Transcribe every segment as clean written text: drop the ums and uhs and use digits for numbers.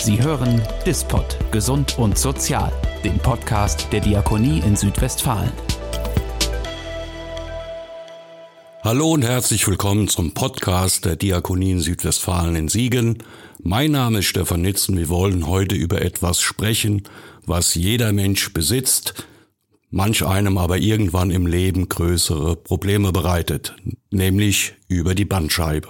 Sie hören DISPOD, Gesund und Sozial, den Podcast der Diakonie in Südwestfalen. Hallo und herzlich willkommen zum Podcast der Diakonie in Südwestfalen in Siegen. Mein Name ist Stefan Nitzen. Wir wollen heute über etwas sprechen, was jeder Mensch besitzt, manch einem aber irgendwann im Leben größere Probleme bereitet, nämlich über die Bandscheibe.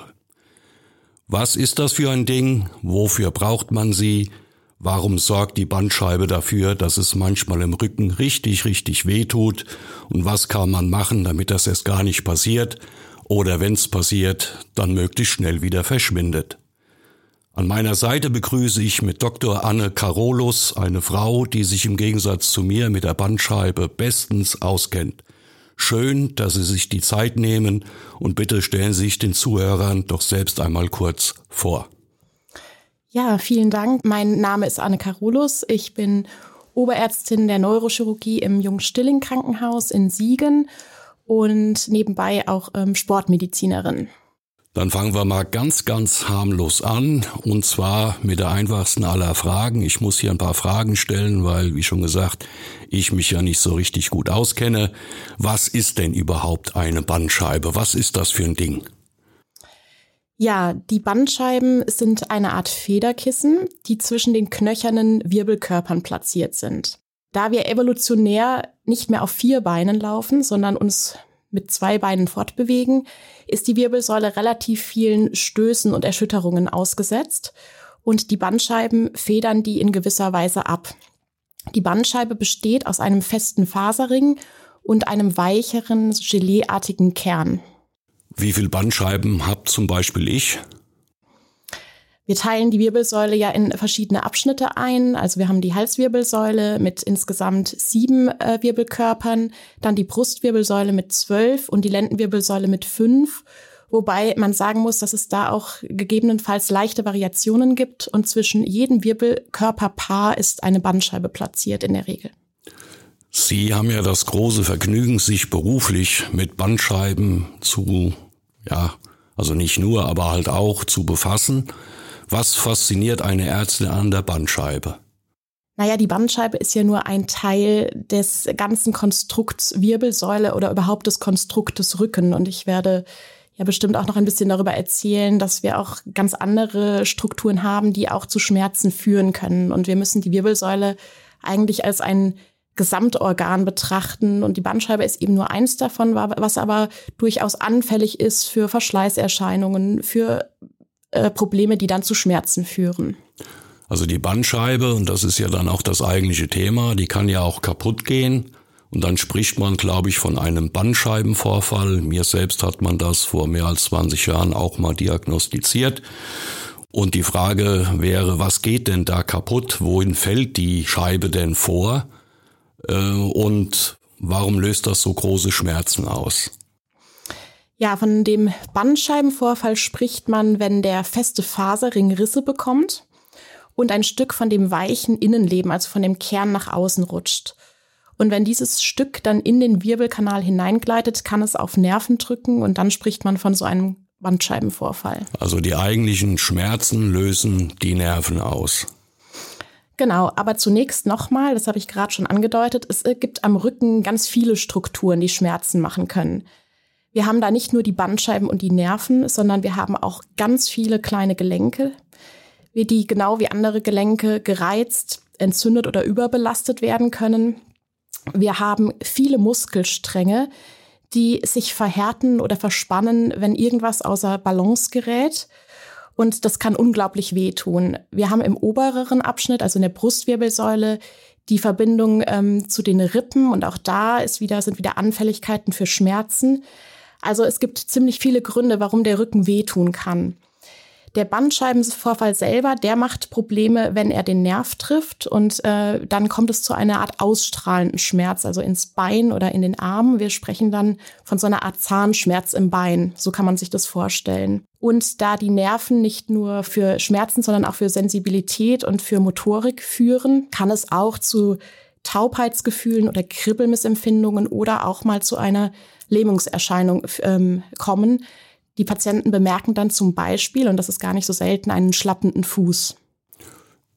Was ist das für ein Ding? Wofür braucht man sie? Warum sorgt die Bandscheibe dafür, dass es manchmal im Rücken richtig wehtut? Und was kann man machen, damit das erst gar nicht passiert? Oder wenn es passiert, dann möglichst schnell wieder verschwindet? An meiner Seite begrüße ich mit Dr. Anne Carolus eine Frau, die sich im Gegensatz zu mir mit der Bandscheibe bestens auskennt. Schön, dass Sie sich die Zeit nehmen und bitte stellen Sie sich den Zuhörern doch selbst einmal kurz vor. Ja, vielen Dank. Mein Name ist Anne Carolus. Ich bin Oberärztin der Neurochirurgie im Jung-Stilling-Krankenhaus in Siegen und nebenbei auch Sportmedizinerin. Dann fangen wir mal ganz harmlos an, und zwar mit der einfachsten aller Fragen. Ich muss hier ein paar Fragen stellen, weil, wie schon gesagt, ich mich ja nicht so richtig gut auskenne. Was ist denn überhaupt eine Bandscheibe? Was ist das für ein Ding? Ja, die Bandscheiben sind eine Art Federkissen, die zwischen den knöchernen Wirbelkörpern platziert sind. Da wir evolutionär nicht mehr auf 4 Beinen laufen, sondern uns mit 2 Beinen fortbewegen, ist die Wirbelsäule relativ vielen Stößen und Erschütterungen ausgesetzt und die Bandscheiben federn die in gewisser Weise ab. Die Bandscheibe besteht aus einem festen Faserring und einem weicheren, geleeartigen Kern. Wie viele Bandscheiben habt zum Beispiel ich? Wir teilen die Wirbelsäule ja in verschiedene Abschnitte ein. Also wir haben die Halswirbelsäule mit insgesamt 7 Wirbelkörpern, dann die Brustwirbelsäule mit 12 und die Lendenwirbelsäule mit 5. Wobei man sagen muss, dass es da auch gegebenenfalls leichte Variationen gibt und zwischen jedem Wirbelkörperpaar ist eine Bandscheibe platziert in der Regel. Sie haben ja das große Vergnügen, sich beruflich mit Bandscheiben also nicht nur, aber halt auch zu befassen. Was fasziniert eine Ärztin an der Bandscheibe? Naja, die Bandscheibe ist ja nur ein Teil des ganzen Konstrukts Wirbelsäule oder überhaupt des Konstruktes Rücken. Und ich werde ja bestimmt auch noch ein bisschen darüber erzählen, dass wir auch ganz andere Strukturen haben, die auch zu Schmerzen führen können. Und wir müssen die Wirbelsäule eigentlich als ein Gesamtorgan betrachten. Und die Bandscheibe ist eben nur eins davon, was aber durchaus anfällig ist für Verschleißerscheinungen, für Probleme, die dann zu Schmerzen führen. Also die Bandscheibe, und das ist ja dann auch das eigentliche Thema, die kann ja auch kaputt gehen. Und dann spricht man, glaube ich, von einem Bandscheibenvorfall. Mir selbst hat man das vor mehr als 20 Jahren auch mal diagnostiziert. Und die Frage wäre, was geht denn da kaputt? Wohin fällt die Scheibe denn vor? Und warum löst das so große Schmerzen aus? Ja, von dem Bandscheibenvorfall spricht man, wenn der feste Faserring Risse bekommt und ein Stück von dem weichen Innenleben, also von dem Kern nach außen rutscht. Und wenn dieses Stück dann in den Wirbelkanal hineingleitet, kann es auf Nerven drücken und dann spricht man von so einem Bandscheibenvorfall. Also die eigentlichen Schmerzen lösen die Nerven aus. Genau, aber zunächst nochmal, das habe ich gerade schon angedeutet, es gibt am Rücken ganz viele Strukturen, die Schmerzen machen können. Wir haben da nicht nur die Bandscheiben und die Nerven, sondern wir haben auch ganz viele kleine Gelenke, die genau wie andere Gelenke gereizt, entzündet oder überbelastet werden können. Wir haben viele Muskelstränge, die sich verhärten oder verspannen, wenn irgendwas außer Balance gerät. Und das kann unglaublich wehtun. Wir haben im obereren Abschnitt, also in der Brustwirbelsäule, die Verbindung zu den Rippen. Und auch da sind wieder Anfälligkeiten für Schmerzen. Also es gibt ziemlich viele Gründe, warum der Rücken wehtun kann. Der Bandscheibenvorfall selber, der macht Probleme, wenn er den Nerv trifft und dann kommt es zu einer Art ausstrahlenden Schmerz, also ins Bein oder in den Arm. Wir sprechen dann von so einer Art Zahnschmerz im Bein, so kann man sich das vorstellen. Und da die Nerven nicht nur für Schmerzen, sondern auch für Sensibilität und für Motorik führen, kann es auch zu Taubheitsgefühlen oder Kribbelmissempfindungen oder auch mal zu einer Lähmungserscheinung kommen. Die Patienten bemerken dann zum Beispiel, und das ist gar nicht so selten, einen schlappenden Fuß.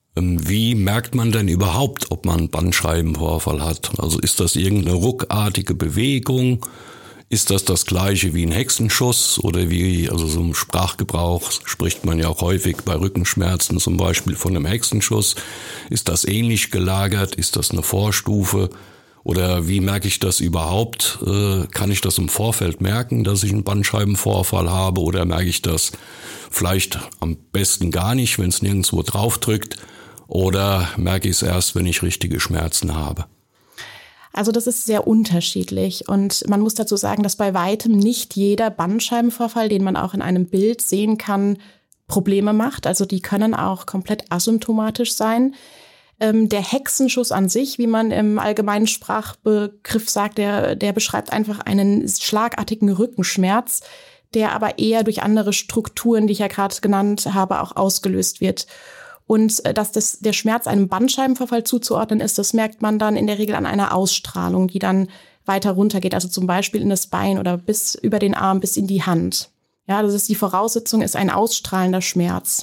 Wie merkt man denn überhaupt, ob man einen Bandscheibenvorfall hat? Also ist das irgendeine ruckartige Bewegung? Ist das Gleiche wie ein Hexenschuss oder also so im Sprachgebrauch spricht man ja auch häufig bei Rückenschmerzen zum Beispiel von einem Hexenschuss. Ist das ähnlich gelagert? Ist das eine Vorstufe? Oder wie merke ich das überhaupt? Kann ich das im Vorfeld merken, dass ich einen Bandscheibenvorfall habe? Oder merke ich das vielleicht am besten gar nicht, wenn es nirgendwo drauf drückt? Oder merke ich es erst, wenn ich richtige Schmerzen habe? Also das ist sehr unterschiedlich und man muss dazu sagen, dass bei weitem nicht jeder Bandscheibenvorfall, den man auch in einem Bild sehen kann, Probleme macht. Also die können auch komplett asymptomatisch sein. Der Hexenschuss an sich, wie man im allgemeinen Sprachbegriff sagt, der beschreibt einfach einen schlagartigen Rückenschmerz, der aber eher durch andere Strukturen, die ich ja gerade genannt habe, auch ausgelöst wird. Und dass der Schmerz einem Bandscheibenvorfall zuzuordnen ist, das merkt man dann in der Regel an einer Ausstrahlung, die dann weiter runtergeht, also zum Beispiel in das Bein oder bis über den Arm bis in die Hand. Ja, das ist die Voraussetzung, ist ein ausstrahlender Schmerz.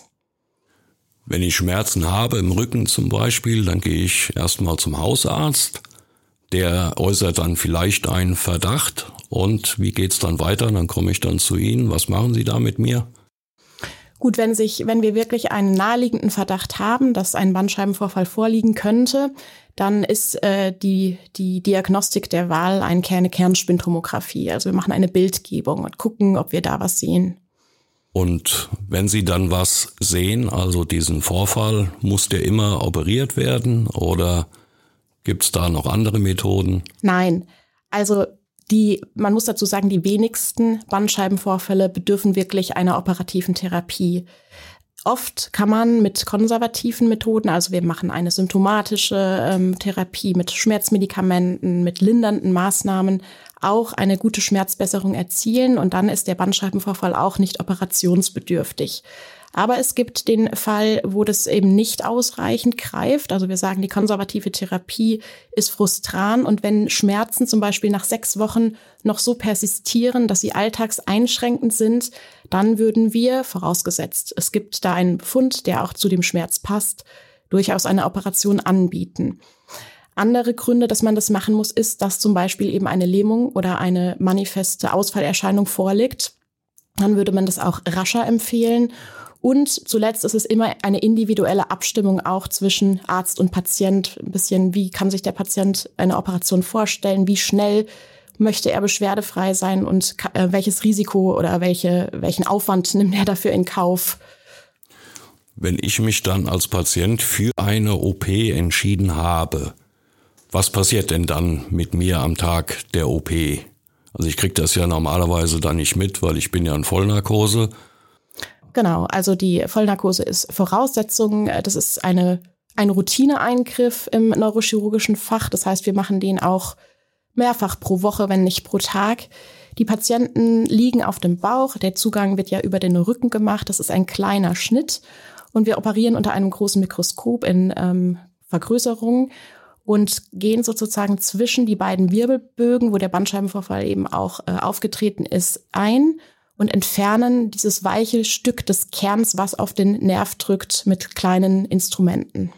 Wenn ich Schmerzen habe im Rücken zum Beispiel, dann gehe ich erstmal zum Hausarzt. Der äußert dann vielleicht einen Verdacht. Und wie geht's dann weiter? Dann komme ich dann zu Ihnen. Was machen Sie da mit mir? Gut, wenn wir wirklich einen naheliegenden Verdacht haben, dass ein Bandscheibenvorfall vorliegen könnte, dann ist die Diagnostik der Wahl eine Kernspintomographie. Also wir machen eine Bildgebung und gucken, ob wir da was sehen. Und wenn Sie dann was sehen, also diesen Vorfall, muss der immer operiert werden oder gibt's da noch andere Methoden? Nein, also man muss dazu sagen, die wenigsten Bandscheibenvorfälle bedürfen wirklich einer operativen Therapie. Oft kann man mit konservativen Methoden, also wir machen eine symptomatische Therapie mit Schmerzmedikamenten, mit lindernden Maßnahmen, auch eine gute Schmerzbesserung erzielen und dann ist der Bandscheibenvorfall auch nicht operationsbedürftig. Aber es gibt den Fall, wo das eben nicht ausreichend greift. Also wir sagen, die konservative Therapie ist frustran. Und wenn Schmerzen zum Beispiel nach 6 Wochen noch so persistieren, dass sie alltagseinschränkend sind, dann würden wir, vorausgesetzt, es gibt da einen Befund, der auch zu dem Schmerz passt, durchaus eine Operation anbieten. Andere Gründe, dass man das machen muss, ist, dass zum Beispiel eben eine Lähmung oder eine manifeste Ausfallerscheinung vorliegt. Dann würde man das auch rascher empfehlen. Und zuletzt ist es immer eine individuelle Abstimmung auch zwischen Arzt und Patient. Ein bisschen, wie kann sich der Patient eine Operation vorstellen? Wie schnell möchte er beschwerdefrei sein? Und welches Risiko oder welchen Aufwand nimmt er dafür in Kauf? Wenn ich mich dann als Patient für eine OP entschieden habe, was passiert denn dann mit mir am Tag der OP? Also ich kriege das ja normalerweise dann nicht mit, weil ich bin ja in Vollnarkose. Genau, also die Vollnarkose ist Voraussetzung. Das ist ein Routineeingriff im neurochirurgischen Fach. Das heißt, wir machen den auch mehrfach pro Woche, wenn nicht pro Tag. Die Patienten liegen auf dem Bauch. Der Zugang wird ja über den Rücken gemacht. Das ist ein kleiner Schnitt. Und wir operieren unter einem großen Mikroskop in Vergrößerung und gehen sozusagen zwischen die beiden Wirbelbögen, wo der Bandscheibenvorfall eben auch aufgetreten ist, ein und entfernen dieses weiche Stück des Kerns, was auf den Nerv drückt, mit kleinen Instrumenten.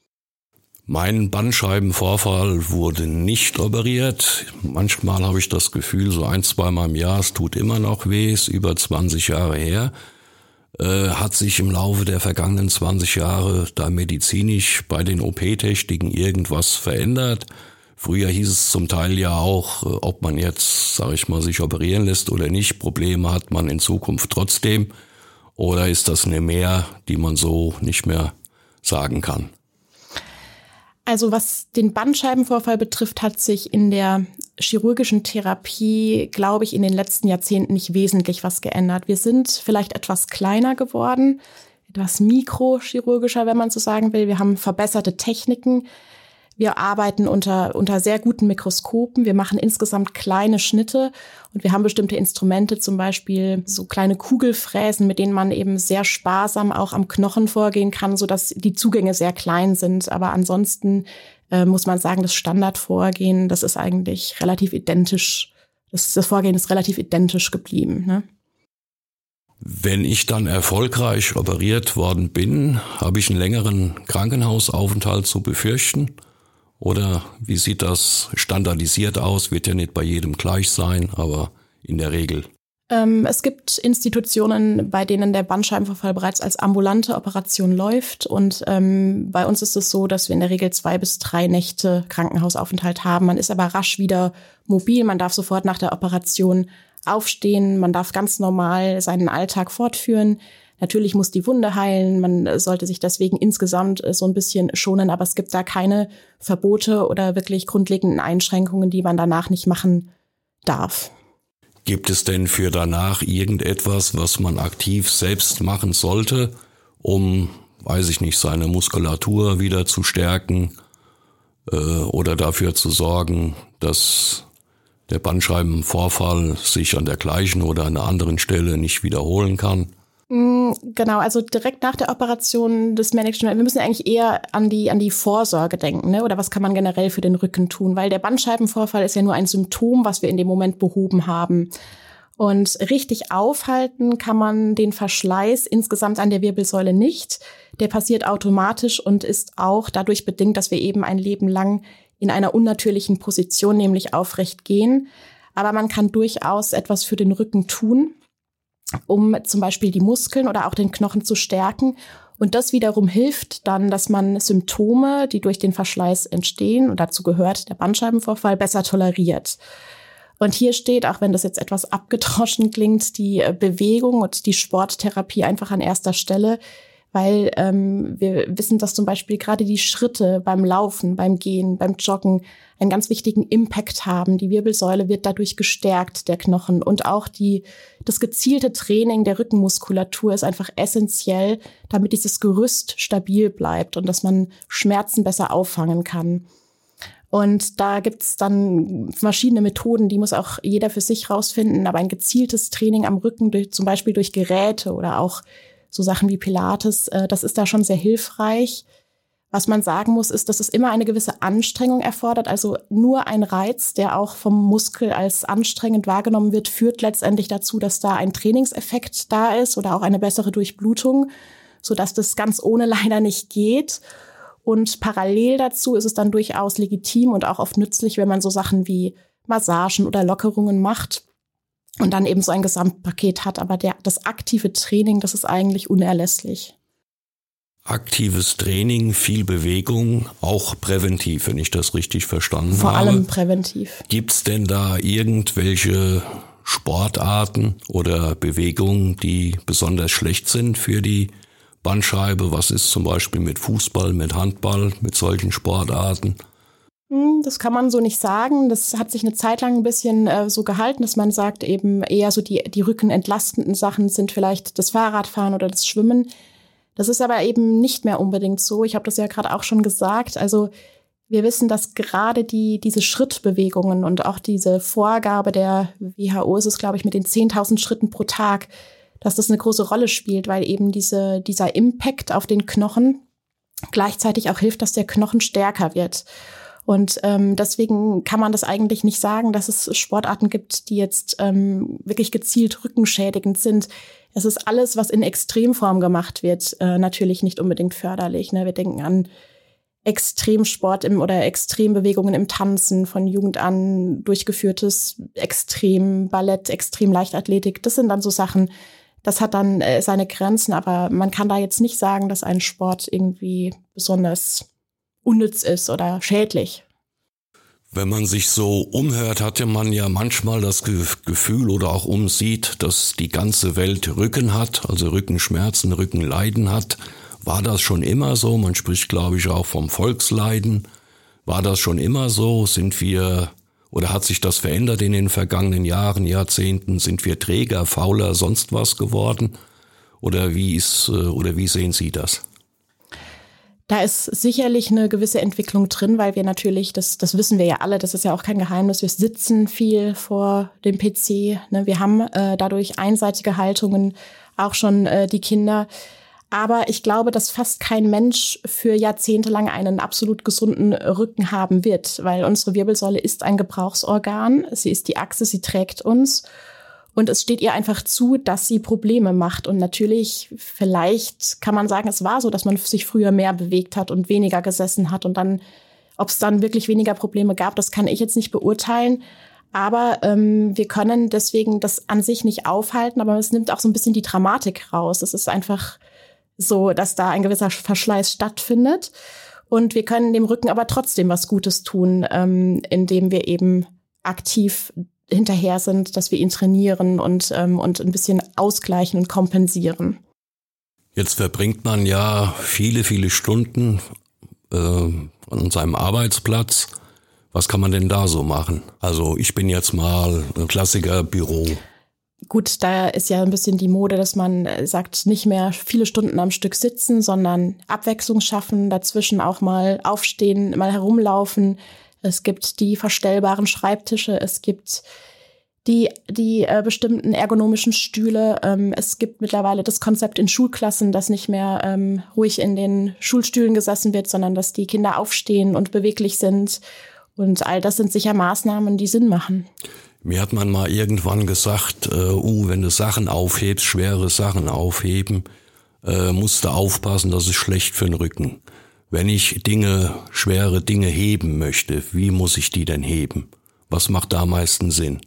Mein Bandscheibenvorfall wurde nicht operiert. Manchmal habe ich das Gefühl, so 1-2 Mal im Jahr, es tut immer noch weh, ist über 20 Jahre her. Hat sich im Laufe der vergangenen 20 Jahre da medizinisch bei den OP-Techniken irgendwas verändert? Früher hieß es zum Teil ja auch, ob man jetzt, sage ich mal, sich operieren lässt oder nicht, Probleme hat man in Zukunft trotzdem. Oder ist das eine Mehr, die man so nicht mehr sagen kann? Also was den Bandscheibenvorfall betrifft, hat sich in der chirurgischen Therapie, glaube ich, in den letzten Jahrzehnten nicht wesentlich was geändert. Wir sind vielleicht etwas kleiner geworden, etwas mikrochirurgischer, wenn man so sagen will. Wir haben verbesserte Techniken. Wir arbeiten unter sehr guten Mikroskopen. Wir machen insgesamt kleine Schnitte und wir haben bestimmte Instrumente, zum Beispiel so kleine Kugelfräsen, mit denen man eben sehr sparsam auch am Knochen vorgehen kann, sodass die Zugänge sehr klein sind. Aber ansonsten muss man sagen, das Standardvorgehen, das ist eigentlich relativ identisch. Das Vorgehen ist relativ identisch geblieben, ne? Wenn ich dann erfolgreich operiert worden bin, habe ich einen längeren Krankenhausaufenthalt zu befürchten? Oder wie sieht das standardisiert aus? Wird ja nicht bei jedem gleich sein, aber in der Regel. Es gibt Institutionen, bei denen der Bandscheibenvorfall bereits als ambulante Operation läuft. Und bei uns ist es so, dass wir in der Regel 2 bis 3 Nächte Krankenhausaufenthalt haben. Man ist aber rasch wieder mobil. Man darf sofort nach der Operation aufstehen. Man darf ganz normal seinen Alltag fortführen. Natürlich muss die Wunde heilen. Man sollte sich deswegen insgesamt so ein bisschen schonen. Aber es gibt da keine Verbote oder wirklich grundlegenden Einschränkungen, die man danach nicht machen darf. Gibt es denn für danach irgendetwas, was man aktiv selbst machen sollte, um, weiß ich nicht, seine Muskulatur wieder zu stärken oder dafür zu sorgen, dass der Bandscheibenvorfall sich an der gleichen oder an einer anderen Stelle nicht wiederholen kann? Genau, also direkt nach der Operation des Management, wir müssen eigentlich eher an die Vorsorge denken, ne? Oder was kann man generell für den Rücken tun? Weil der Bandscheibenvorfall ist ja nur ein Symptom, was wir in dem Moment behoben haben. Und richtig aufhalten kann man den Verschleiß insgesamt an der Wirbelsäule nicht. Der passiert automatisch und ist auch dadurch bedingt, dass wir eben ein Leben lang in einer unnatürlichen Position, nämlich aufrecht gehen. Aber man kann durchaus etwas für den Rücken tun, um zum Beispiel die Muskeln oder auch den Knochen zu stärken. Und das wiederum hilft dann, dass man Symptome, die durch den Verschleiß entstehen, und dazu gehört der Bandscheibenvorfall, besser toleriert. Und hier steht, auch wenn das jetzt etwas abgedroschen klingt, die Bewegung und die Sporttherapie einfach an erster Stelle, weil wir wissen, dass zum Beispiel gerade die Schritte beim Laufen, beim Gehen, beim Joggen einen ganz wichtigen Impact haben. Die Wirbelsäule wird dadurch gestärkt, der Knochen. Und auch das gezielte Training der Rückenmuskulatur ist einfach essentiell, damit dieses Gerüst stabil bleibt und dass man Schmerzen besser auffangen kann. Und da gibt's dann verschiedene Methoden, die muss auch jeder für sich rausfinden. Aber ein gezieltes Training am Rücken, zum Beispiel durch Geräte oder auch so Sachen wie Pilates, das ist da schon sehr hilfreich. Was man sagen muss, ist, dass es immer eine gewisse Anstrengung erfordert. Also nur ein Reiz, der auch vom Muskel als anstrengend wahrgenommen wird, führt letztendlich dazu, dass da ein Trainingseffekt da ist oder auch eine bessere Durchblutung, sodass das ganz ohne leider nicht geht. Und parallel dazu ist es dann durchaus legitim und auch oft nützlich, wenn man so Sachen wie Massagen oder Lockerungen macht und dann eben so ein Gesamtpaket hat. Aber das aktive Training, das ist eigentlich unerlässlich. Aktives Training, viel Bewegung, auch präventiv, wenn ich das richtig verstanden habe. Vor allem präventiv. Gibt's denn da irgendwelche Sportarten oder Bewegungen, die besonders schlecht sind für die Bandscheibe? Was ist zum Beispiel mit Fußball, mit Handball, mit solchen Sportarten? Das kann man so nicht sagen. Das hat sich eine Zeit lang ein bisschen so gehalten, dass man sagt, eben eher so die rückenentlastenden Sachen sind vielleicht das Fahrradfahren oder das Schwimmen. Das ist aber eben nicht mehr unbedingt so. Ich habe das ja gerade auch schon gesagt. Also wir wissen, dass gerade diese Schrittbewegungen und auch diese Vorgabe der WHO ist es, glaube ich, mit den 10.000 Schritten pro Tag, dass das eine große Rolle spielt, weil eben dieser Impact auf den Knochen gleichzeitig auch hilft, dass der Knochen stärker wird. Und deswegen kann man das eigentlich nicht sagen, dass es Sportarten gibt, die jetzt wirklich gezielt rückenschädigend sind. Es ist alles, was in Extremform gemacht wird, natürlich nicht unbedingt förderlich. Ne? Wir denken an Extremsport oder Extrembewegungen im Tanzen, von Jugend an durchgeführtes Extremballett, Extremleichtathletik. Das sind dann so Sachen, das hat dann seine Grenzen, aber man kann da jetzt nicht sagen, dass ein Sport irgendwie besonders unnütz ist oder schädlich. Wenn man sich so umhört, hatte man ja manchmal das Gefühl oder auch umsieht, dass die ganze Welt Rücken hat, also Rückenschmerzen, Rückenleiden hat. War das schon immer so? Man spricht, glaube ich, auch vom Volksleiden. War das schon immer so? Oder hat sich das verändert in den vergangenen Jahren, Jahrzehnten? Sind wir träger, fauler, sonst was geworden? Oder wie sehen Sie das? Da ist sicherlich eine gewisse Entwicklung drin, weil wir natürlich, das wissen wir ja alle, das ist ja auch kein Geheimnis, wir sitzen viel vor dem PC, ne? Wir haben dadurch einseitige Haltungen, auch schon die Kinder. Aber ich glaube, dass fast kein Mensch für Jahrzehnte lang einen absolut gesunden Rücken haben wird, weil unsere Wirbelsäule ist ein Gebrauchsorgan, sie ist die Achse, sie trägt uns. Und es steht ihr einfach zu, dass sie Probleme macht. Und natürlich, vielleicht kann man sagen, es war so, dass man sich früher mehr bewegt hat und weniger gesessen hat. Und dann, ob es dann wirklich weniger Probleme gab, das kann ich jetzt nicht beurteilen. Aber wir können deswegen das an sich nicht aufhalten. Aber es nimmt auch so ein bisschen die Dramatik raus. Es ist einfach so, dass da ein gewisser Verschleiß stattfindet. Und wir können dem Rücken aber trotzdem was Gutes tun, indem wir eben aktiv hinterher sind, dass wir ihn trainieren und ein bisschen ausgleichen und kompensieren. Jetzt verbringt man ja viele, viele Stunden an seinem Arbeitsplatz. Was kann man denn da so machen? Also ich bin jetzt mal ein Klassiker Büro. Gut, da ist ja ein bisschen die Mode, dass man sagt, nicht mehr viele Stunden am Stück sitzen, sondern Abwechslung schaffen, dazwischen auch mal aufstehen, mal herumlaufen. Es gibt die verstellbaren Schreibtische, es gibt die bestimmten ergonomischen Stühle. Es gibt mittlerweile das Konzept in Schulklassen, dass nicht mehr ruhig in den Schulstühlen gesessen wird, sondern dass die Kinder aufstehen und beweglich sind. Und all das sind sicher Maßnahmen, die Sinn machen. Mir hat man mal irgendwann gesagt, wenn du Sachen aufhebst, schwere Sachen aufheben, musst du aufpassen, das ist schlecht für den Rücken. Wenn ich schwere Dinge heben möchte, wie muss ich die denn heben? Was macht da am meisten Sinn?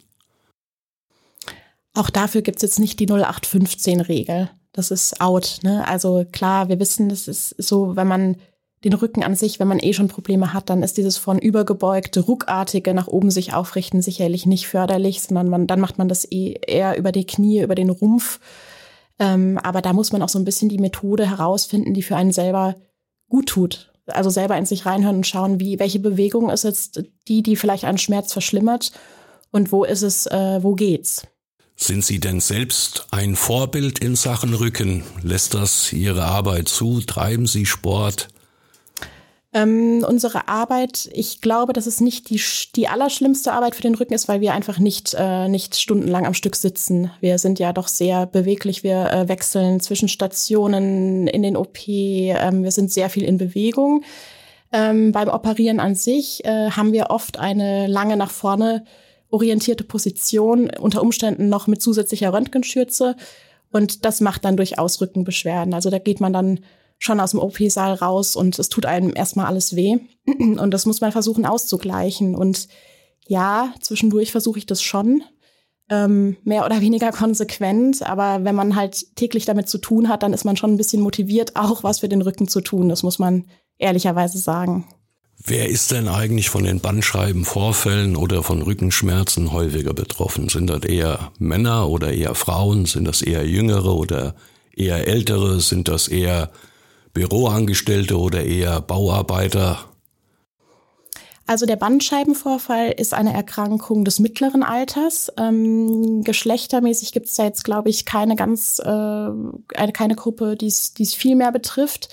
Auch dafür gibt's jetzt nicht die 0815-Regel. Das ist out, ne? Also klar, wir wissen, das ist so, wenn man den Rücken an sich, wenn man schon Probleme hat, dann ist dieses von übergebeugte, ruckartige nach oben sich aufrichten sicherlich nicht förderlich, sondern dann macht man das eher über die Knie, über den Rumpf. Aber da muss man auch so ein bisschen die Methode herausfinden, die für einen selber gut tut. Also selber in sich reinhören und schauen, welche Bewegung ist jetzt die vielleicht einen Schmerz verschlimmert und wo ist es, wo geht's? Sind Sie denn selbst ein Vorbild in Sachen Rücken? Lässt das Ihre Arbeit zu? Treiben Sie Sport? Unsere Arbeit, ich glaube, dass es nicht die allerschlimmste Arbeit für den Rücken ist, weil wir einfach nicht stundenlang am Stück sitzen. Wir sind ja doch sehr beweglich. Wir wechseln zwischen Stationen in den OP. Wir sind sehr viel in Bewegung. Beim Operieren an sich haben wir oft eine lange nach vorne orientierte Position, unter Umständen noch mit zusätzlicher Röntgenschürze. Und das macht dann durchaus Rückenbeschwerden. Also da geht man dann schon aus dem OP-Saal raus und es tut einem erstmal alles weh. Und das muss man versuchen auszugleichen. Und ja, zwischendurch versuche ich das schon, mehr oder weniger konsequent. Aber wenn man halt täglich damit zu tun hat, dann ist man schon ein bisschen motiviert, auch was für den Rücken zu tun. Das muss man ehrlicherweise sagen. Wer ist denn eigentlich von den Bandscheibenvorfällen oder von Rückenschmerzen häufiger betroffen? Sind das eher Männer oder eher Frauen? Sind das eher Jüngere oder eher Ältere? Sind das eher Büroangestellte oder eher Bauarbeiter? Also der Bandscheibenvorfall ist eine Erkrankung des mittleren Alters. Geschlechtermäßig gibt es da jetzt, glaube ich, keine Gruppe, die es viel mehr betrifft.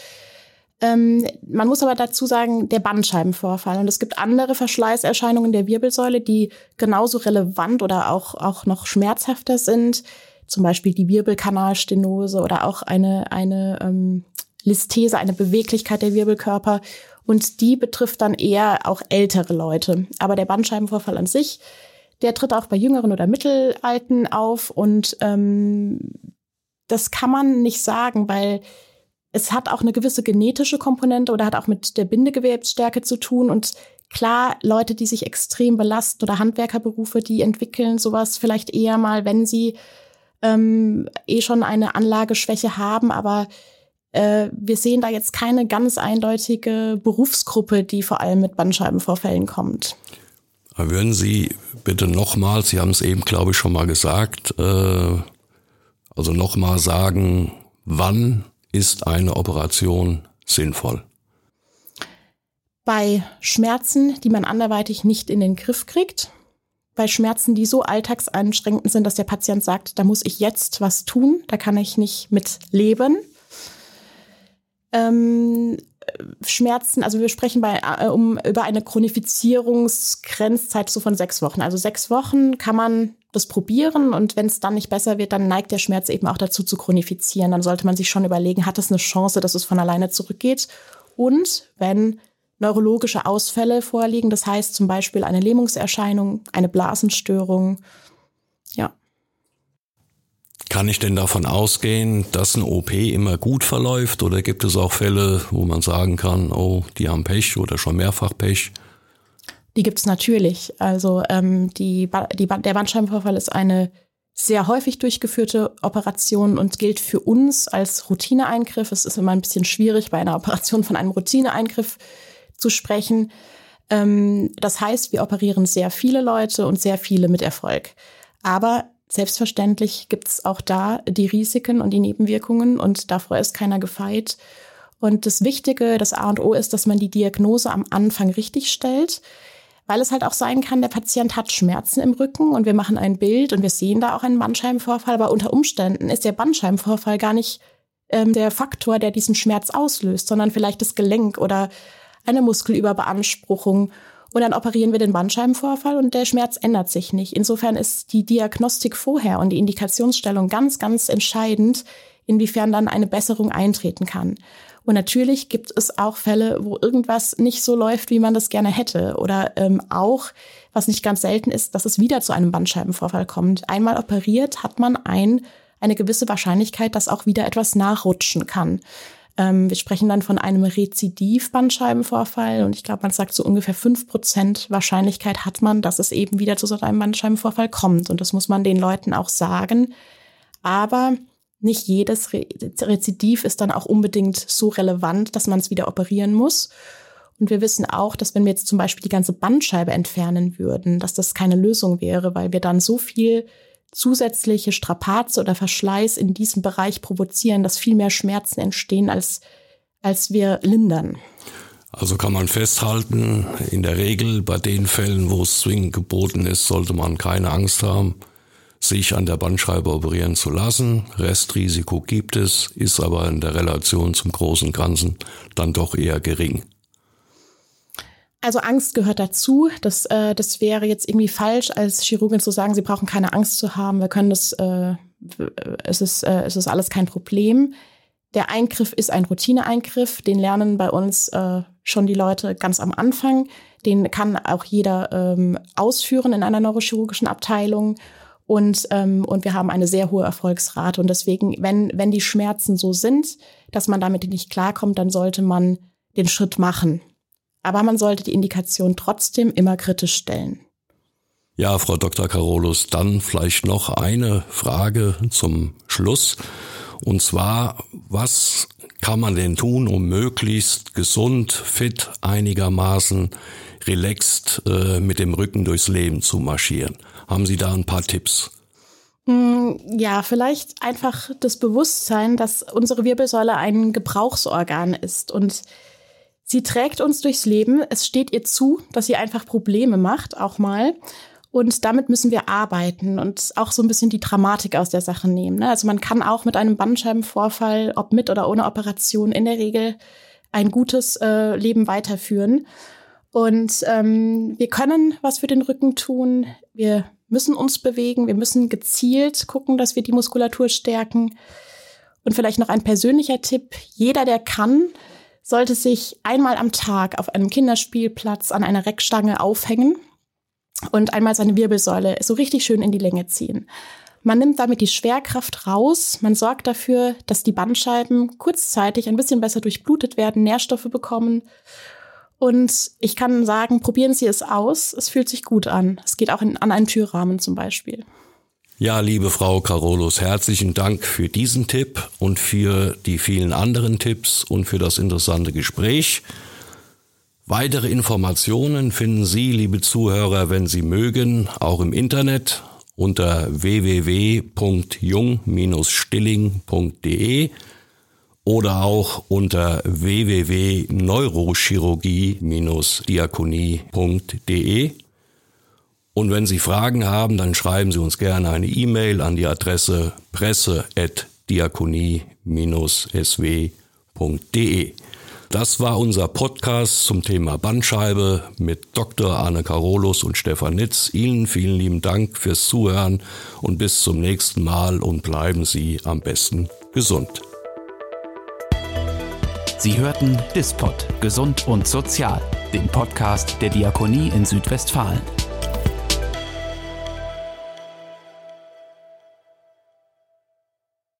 Man muss aber dazu sagen, der Bandscheibenvorfall. Und es gibt andere Verschleißerscheinungen der Wirbelsäule, die genauso relevant oder auch noch schmerzhafter sind. Zum Beispiel die Wirbelkanalstenose oder auch eine Listhese, eine Beweglichkeit der Wirbelkörper. Und die betrifft dann eher auch ältere Leute. Aber der Bandscheibenvorfall an sich, der tritt auch bei Jüngeren oder Mittelalten auf. Und das kann man nicht sagen, weil es hat auch eine gewisse genetische Komponente oder hat auch mit der Bindegewebsstärke zu tun. Und klar, Leute, die sich extrem belasten oder Handwerkerberufe, die entwickeln sowas vielleicht eher mal, wenn sie schon eine Anlageschwäche haben. Aber wir sehen da jetzt keine ganz eindeutige Berufsgruppe, die vor allem mit Bandscheibenvorfällen kommt. Würden Sie bitte nochmal, Sie haben es eben, glaube ich, schon mal gesagt, also nochmal sagen, wann ist eine Operation sinnvoll? Bei Schmerzen, die man anderweitig nicht in den Griff kriegt, bei Schmerzen, die so alltagseinschränkend sind, dass der Patient sagt, da muss ich jetzt was tun, da kann ich nicht mit leben. Schmerzen, also wir sprechen über eine Chronifizierungsgrenzzeit so von 6 Wochen. Also 6 Wochen kann man das probieren und wenn es dann nicht besser wird, dann neigt der Schmerz eben auch dazu zu chronifizieren. Dann sollte man sich schon überlegen, hat es eine Chance, dass es von alleine zurückgeht? Und wenn neurologische Ausfälle vorliegen, das heißt zum Beispiel eine Lähmungserscheinung, eine Blasenstörung, ja. Kann ich denn davon ausgehen, dass eine OP immer gut verläuft oder gibt es auch Fälle, wo man sagen kann, oh, die haben Pech oder schon mehrfach Pech? Die gibt es natürlich. Also der Bandscheibenvorfall ist eine sehr häufig durchgeführte Operation und gilt für uns als Routineeingriff. Es ist immer ein bisschen schwierig, bei einer Operation von einem Routineeingriff zu sprechen. Das heißt, wir operieren sehr viele Leute und sehr viele mit Erfolg. Aber selbstverständlich gibt es auch da die Risiken und die Nebenwirkungen und davor ist keiner gefeit. Und das Wichtige, das A und O ist, dass man die Diagnose am Anfang richtig stellt, weil es halt auch sein kann, der Patient hat Schmerzen im Rücken und wir machen ein Bild und wir sehen da auch einen Bandscheibenvorfall, aber unter Umständen ist der Bandscheibenvorfall gar nicht der Faktor, der diesen Schmerz auslöst, sondern vielleicht das Gelenk oder eine Muskelüberbeanspruchung. Und dann operieren wir den Bandscheibenvorfall und der Schmerz ändert sich nicht. Insofern ist die Diagnostik vorher und die Indikationsstellung ganz, ganz entscheidend, inwiefern dann eine Besserung eintreten kann. Und natürlich gibt es auch Fälle, wo irgendwas nicht so läuft, wie man das gerne hätte. Oder auch, was nicht ganz selten ist, dass es wieder zu einem Bandscheibenvorfall kommt. Einmal operiert, hat man eine gewisse Wahrscheinlichkeit, dass auch wieder etwas nachrutschen kann. Wir sprechen dann von einem Rezidiv-Bandscheibenvorfall und ich glaube, man sagt so ungefähr 5% Wahrscheinlichkeit hat man, dass es eben wieder zu so einem Bandscheibenvorfall kommt. Und das muss man den Leuten auch sagen. Aber nicht jedes Rezidiv ist dann auch unbedingt so relevant, dass man es wieder operieren muss. Und wir wissen auch, dass wenn wir jetzt zum Beispiel die ganze Bandscheibe entfernen würden, dass das keine Lösung wäre, weil wir dann so viel zusätzliche Strapaze oder Verschleiß in diesem Bereich provozieren, dass viel mehr Schmerzen entstehen, als wir lindern. Also kann man festhalten, in der Regel bei den Fällen, wo es zwingend geboten ist, sollte man keine Angst haben, sich an der Bandscheibe operieren zu lassen. Restrisiko gibt es, ist aber in der Relation zum großen Ganzen dann doch eher gering. Also Angst gehört dazu. Das wäre jetzt irgendwie falsch, als Chirurgin zu sagen, Sie brauchen keine Angst zu haben. Wir können es ist alles kein Problem. Der Eingriff ist ein Routineeingriff. Den lernen bei uns schon die Leute ganz am Anfang. Den kann auch jeder ausführen in einer neurochirurgischen Abteilung. Und wir haben eine sehr hohe Erfolgsrate. Und deswegen, wenn die Schmerzen so sind, dass man damit nicht klarkommt, dann sollte man den Schritt machen. Aber man sollte die Indikation trotzdem immer kritisch stellen. Ja, Frau Dr. Carolus, dann vielleicht noch eine Frage zum Schluss. Und zwar, was kann man denn tun, um möglichst gesund, fit, einigermaßen relaxed mit dem Rücken durchs Leben zu marschieren? Haben Sie da ein paar Tipps? Ja, vielleicht einfach das Bewusstsein, dass unsere Wirbelsäule ein Gebrauchsorgan ist und sie trägt uns durchs Leben. Es steht ihr zu, dass sie einfach Probleme macht, auch mal. Und damit müssen wir arbeiten und auch so ein bisschen die Dramatik aus der Sache nehmen. Also man kann auch mit einem Bandscheibenvorfall, ob mit oder ohne Operation, in der Regel ein gutes Leben weiterführen. Und wir können was für den Rücken tun. Wir müssen uns bewegen. Wir müssen gezielt gucken, dass wir die Muskulatur stärken. Und vielleicht noch ein persönlicher Tipp. Jeder, der kann, sollte sich einmal am Tag auf einem Kinderspielplatz an einer Reckstange aufhängen und einmal seine Wirbelsäule so richtig schön in die Länge ziehen. Man nimmt damit die Schwerkraft raus, man sorgt dafür, dass die Bandscheiben kurzzeitig ein bisschen besser durchblutet werden, Nährstoffe bekommen. Und ich kann sagen, probieren Sie es aus, es fühlt sich gut an. Es geht auch an einen Türrahmen zum Beispiel. Ja, liebe Frau Carolus, herzlichen Dank für diesen Tipp und für die vielen anderen Tipps und für das interessante Gespräch. Weitere Informationen finden Sie, liebe Zuhörer, wenn Sie mögen, auch im Internet unter www.jung-stilling.de oder auch unter www.neurochirurgie-diakonie.de. Und wenn Sie Fragen haben, dann schreiben Sie uns gerne eine E-Mail an die Adresse presse@diakonie-sw.de. Das war unser Podcast zum Thema Bandscheibe mit Dr. Arne Carolus und Stefan Nitz. Ihnen vielen lieben Dank fürs Zuhören und bis zum nächsten Mal und bleiben Sie am besten gesund. Sie hörten Dispod, Gesund und Sozial, den Podcast der Diakonie in Südwestfalen.